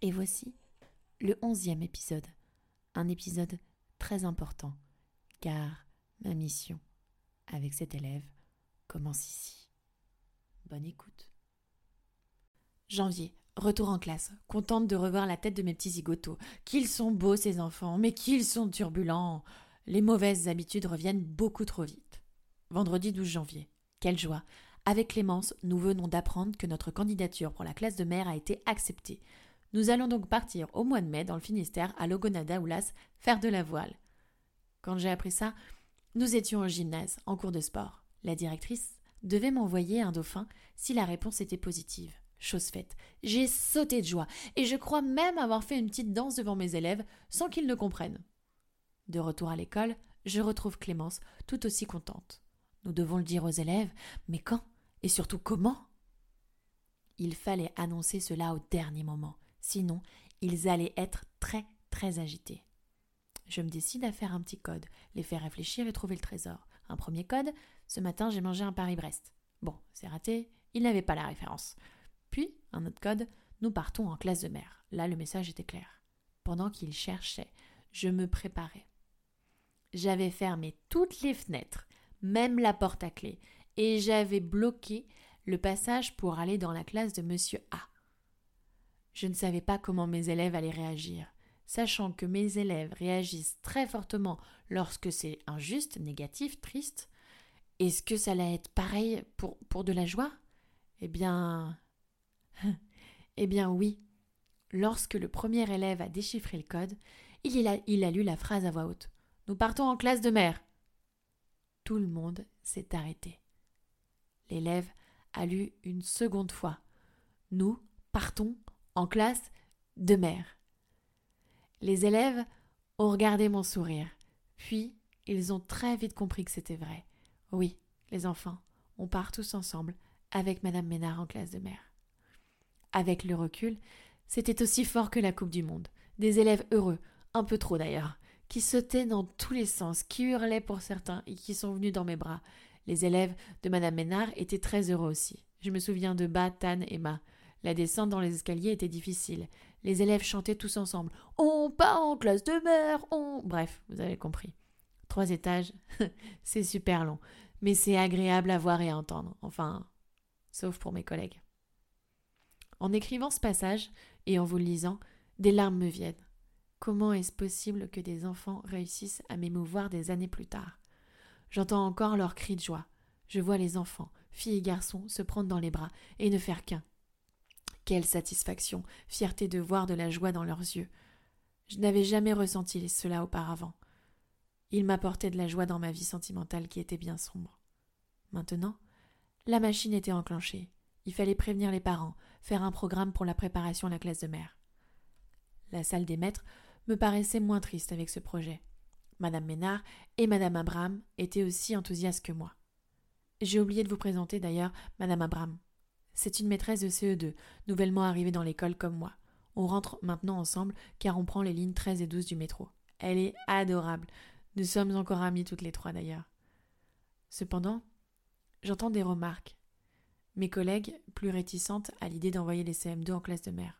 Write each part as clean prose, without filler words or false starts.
Et voici le 11e épisode, un épisode très important, car ma mission avec cet élève commence ici. Bonne écoute. Janvier, retour en classe, contente de revoir la tête de mes petits zigotos. Qu'ils sont beaux ces enfants, mais qu'ils sont turbulents. Les mauvaises habitudes reviennent beaucoup trop vite. Vendredi 12 janvier, quelle joie. Avec Clémence, nous venons d'apprendre que notre candidature pour la classe de mer a été acceptée. Nous allons donc partir au mois de mai dans le Finistère à Logonada-Oulas faire de la voile. Quand j'ai appris ça, nous étions au gymnase, en cours de sport. La directrice devait m'envoyer un dauphin si la réponse était positive. Chose faite, j'ai sauté de joie et je crois même avoir fait une petite danse devant mes élèves sans qu'ils ne comprennent. De retour à l'école, je retrouve Clémence tout aussi contente. Nous devons le dire aux élèves, mais quand et surtout comment ? Il fallait annoncer cela au dernier moment, sinon ils allaient être très très agités. Je me décide à faire un petit code, les faire réfléchir et trouver le trésor. Un premier code, ce matin j'ai mangé un Paris-Brest. Bon, c'est raté, ils n'avaient pas la référence. Puis, un autre code, nous partons en classe de mer. Là, le message était clair. Pendant qu'ils cherchaient, je me préparais. J'avais fermé toutes les fenêtres, même la porte à clé, et j'avais bloqué le passage pour aller dans la classe de Monsieur A. Je ne savais pas comment mes élèves allaient réagir. Sachant que mes élèves réagissent très fortement lorsque c'est injuste, négatif, triste, est-ce que ça allait être pareil pour de la joie ? Eh bien oui. Lorsque le premier élève a déchiffré le code, il a lu la phrase à voix haute. « Nous partons en classe de mer !» Tout le monde s'est arrêté. L'élève a lu une seconde fois. « Nous partons en classe de mer !» Les élèves ont regardé mon sourire. Puis, ils ont très vite compris que c'était vrai. Oui, les enfants, on part tous ensemble avec Madame Ménard en classe de mer. Avec le recul, c'était aussi fort que la Coupe du Monde. Des élèves heureux, un peu trop d'ailleurs, qui sautaient dans tous les sens, qui hurlaient pour certains et qui sont venus dans mes bras. Les élèves de Madame Ménard étaient très heureux aussi. Je me souviens de Ba, Tan et Ma. La descente dans les escaliers était difficile. Les élèves chantaient tous ensemble. « On part en classe de mer, on... » Bref, vous avez compris. 3 étages, c'est super long, mais c'est agréable à voir et à entendre. Enfin, sauf pour mes collègues. En écrivant ce passage et en vous le lisant, des larmes me viennent. Comment est-ce possible que des enfants réussissent à m'émouvoir des années plus tard ? J'entends encore leurs cris de joie. Je vois les enfants, filles et garçons, se prendre dans les bras et ne faire qu'un. Quelle satisfaction, fierté de voir de la joie dans leurs yeux. Je n'avais jamais ressenti cela auparavant. Ils m'apportaient de la joie dans ma vie sentimentale qui était bien sombre. Maintenant, la machine était enclenchée. Il fallait prévenir les parents, faire un programme pour la préparation à la classe de mer. La salle des maîtres me paraissait moins triste avec ce projet. Madame Ménard et Madame Abraham étaient aussi enthousiastes que moi. J'ai oublié de vous présenter d'ailleurs Madame Abraham. C'est une maîtresse de CE2, nouvellement arrivée dans l'école comme moi. On rentre maintenant ensemble car on prend les lignes 13 et 12 du métro. Elle est adorable. Nous sommes encore amies toutes les 3 d'ailleurs. Cependant, j'entends des remarques. Mes collègues, plus réticentes à l'idée d'envoyer les CM2 en classe de mer.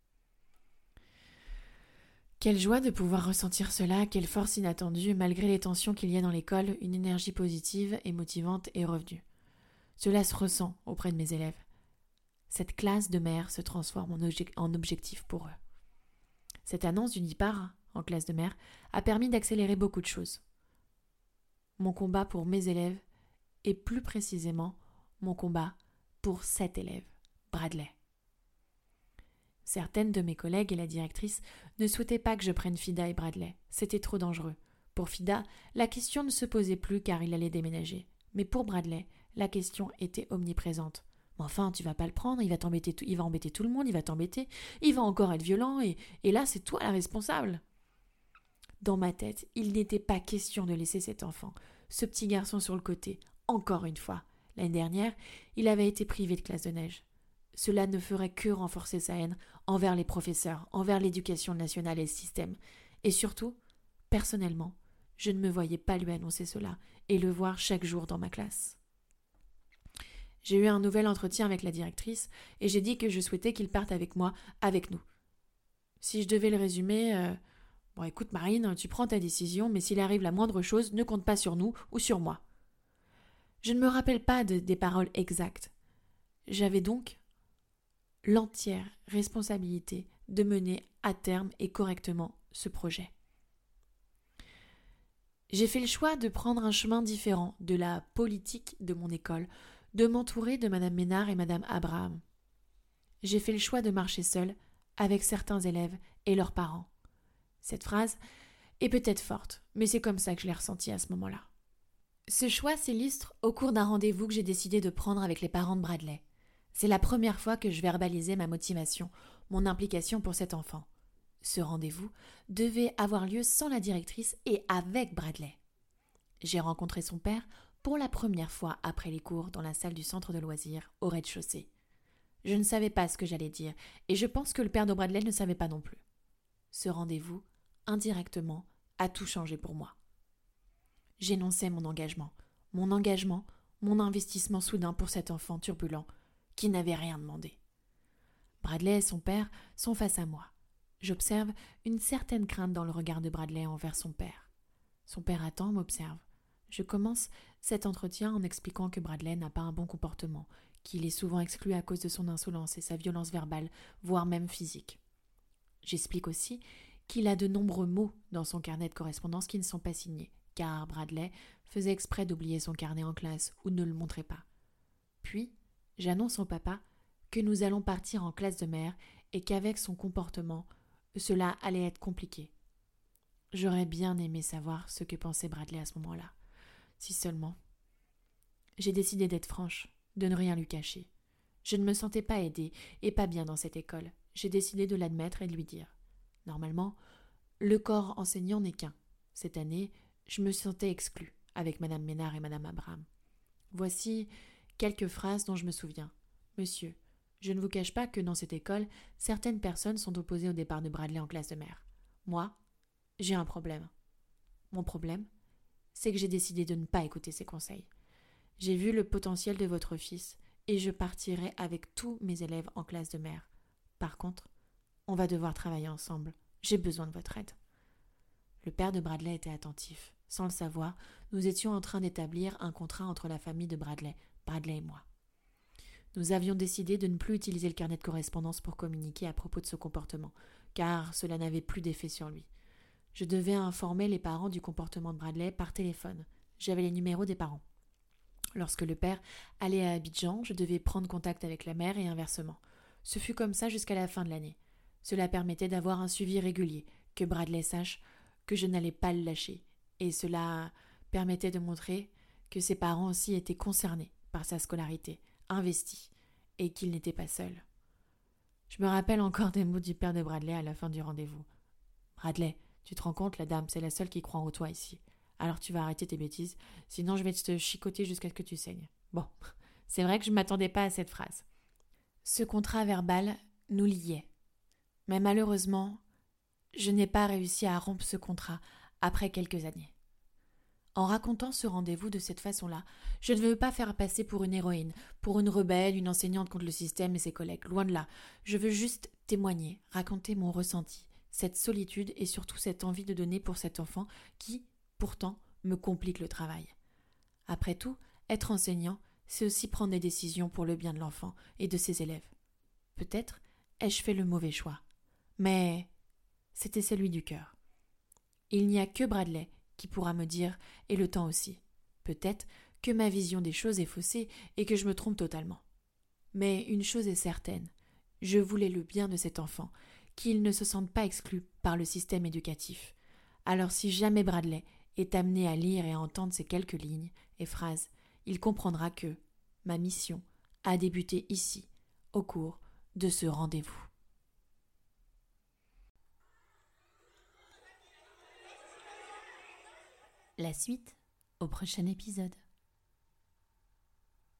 Quelle joie de pouvoir ressentir cela, quelle force inattendue, malgré les tensions qu'il y a dans l'école, une énergie positive et motivante est revenue. Cela se ressent auprès de mes élèves. Cette classe de mer se transforme en objectif pour eux. Cette annonce du départ en classe de mer a permis d'accélérer beaucoup de choses. Mon combat pour mes élèves et plus précisément mon combat pour cet élève, Bradley. Certaines de mes collègues et la directrice ne souhaitaient pas que je prenne Fida et Bradley. C'était trop dangereux. Pour Fida, la question ne se posait plus car il allait déménager. Mais pour Bradley, la question était omniprésente. Mais enfin, tu vas pas le prendre, il va embêter tout le monde, il va t'embêter, il va encore être violent et là, c'est toi la responsable. Dans ma tête, il n'était pas question de laisser cet enfant, ce petit garçon sur le côté, encore une fois. L'année dernière, il avait été privé de classe de neige. Cela ne ferait que renforcer sa haine envers les professeurs, envers l'éducation nationale et le système. Et surtout, personnellement, je ne me voyais pas lui annoncer cela et le voir chaque jour dans ma classe. J'ai eu un nouvel entretien avec la directrice et j'ai dit que je souhaitais qu'il parte avec moi, avec nous. Si je devais le résumer, bon écoute Marine, tu prends ta décision, mais s'il arrive la moindre chose, ne compte pas sur nous ou sur moi. Je ne me rappelle pas des paroles exactes. J'avais donc l'entière responsabilité de mener à terme et correctement ce projet. J'ai fait le choix de prendre un chemin différent de la politique de mon école, de m'entourer de Madame Ménard et Madame Abraham. J'ai fait le choix de marcher seule avec certains élèves et leurs parents. Cette phrase est peut-être forte, mais c'est comme ça que je l'ai ressentie à ce moment-là. Ce choix s'illustre au cours d'un rendez-vous que j'ai décidé de prendre avec les parents de Bradley. C'est la première fois que je verbalisais ma motivation, mon implication pour cet enfant. Ce rendez-vous devait avoir lieu sans la directrice et avec Bradley. J'ai rencontré son père pour la première fois après les cours dans la salle du centre de loisirs au rez-de-chaussée. Je ne savais pas ce que j'allais dire et je pense que le père de Bradley ne savait pas non plus. Ce rendez-vous, indirectement, a tout changé pour moi. J'énonçais mon engagement, mon investissement soudain pour cet enfant turbulent qui n'avait rien demandé. Bradley et son père sont face à moi. J'observe une certaine crainte dans le regard de Bradley envers son père. Son père attend, m'observe. Je commence cet entretien en expliquant que Bradley n'a pas un bon comportement, qu'il est souvent exclu à cause de son insolence et sa violence verbale, voire même physique. J'explique aussi qu'il a de nombreux mots dans son carnet de correspondance qui ne sont pas signés, car Bradley faisait exprès d'oublier son carnet en classe ou ne le montrait pas. Puis, j'annonce au papa que nous allons partir en classe de mer et qu'avec son comportement, cela allait être compliqué. J'aurais bien aimé savoir ce que pensait Bradley à ce moment-là. Si seulement. J'ai décidé d'être franche, de ne rien lui cacher. Je ne me sentais pas aidée et pas bien dans cette école. J'ai décidé de l'admettre et de lui dire. Normalement, le corps enseignant n'est qu'un. Cette année, je me sentais exclue avec Madame Ménard et Madame Abraham. Voici quelques phrases dont je me souviens. Monsieur, je ne vous cache pas que dans cette école, certaines personnes sont opposées au départ de Bradley en classe de mer. Moi, j'ai un problème. Mon problème, c'est que j'ai décidé de ne pas écouter ses conseils. J'ai vu le potentiel de votre fils et je partirai avec tous mes élèves en classe de mer. Par contre, on va devoir travailler ensemble. J'ai besoin de votre aide. Le père de Bradley était attentif. Sans le savoir, nous étions en train d'établir un contrat entre la famille de Bradley et moi. Nous avions décidé de ne plus utiliser le carnet de correspondance pour communiquer à propos de ce comportement, car cela n'avait plus d'effet sur lui. Je devais informer les parents du comportement de Bradley par téléphone. J'avais les numéros des parents. Lorsque le père allait à Abidjan, je devais prendre contact avec la mère et inversement. Ce fut comme ça jusqu'à la fin de l'année. Cela permettait d'avoir un suivi régulier, que Bradley sache que je n'allais pas le lâcher, et cela permettait de montrer que ses parents aussi étaient concernés par sa scolarité, investis, et qu'il n'était pas seul. Je me rappelle encore des mots du père de Bradley à la fin du rendez-vous. « Bradley, tu te rends compte, la dame, c'est la seule qui croit en toi ici. Alors tu vas arrêter tes bêtises, sinon je vais te chicoter jusqu'à ce que tu saignes. » Bon, c'est vrai que je ne m'attendais pas à cette phrase. Ce contrat verbal nous liait. Mais malheureusement, je n'ai pas réussi à rompre ce contrat après quelques années. En racontant ce rendez-vous de cette façon-là, je ne veux pas faire passer pour une héroïne, pour une rebelle, une enseignante contre le système et ses collègues. Loin de là. Je veux juste témoigner, raconter mon ressenti, cette solitude et surtout cette envie de donner pour cet enfant qui, pourtant, me complique le travail. Après tout, être enseignant, c'est aussi prendre des décisions pour le bien de l'enfant et de ses élèves. Peut-être ai-je fait le mauvais choix, mais c'était celui du cœur. Il n'y a que Bradley qui pourra me dire, et le temps aussi. Peut-être que ma vision des choses est faussée et que je me trompe totalement. Mais une chose est certaine, je voulais le bien de cet enfant, qu'il ne se sente pas exclu par le système éducatif. Alors si jamais Bradley est amené à lire et à entendre ces quelques lignes et phrases, il comprendra que ma mission a débuté ici, au cours de ce rendez-vous. La suite au prochain épisode.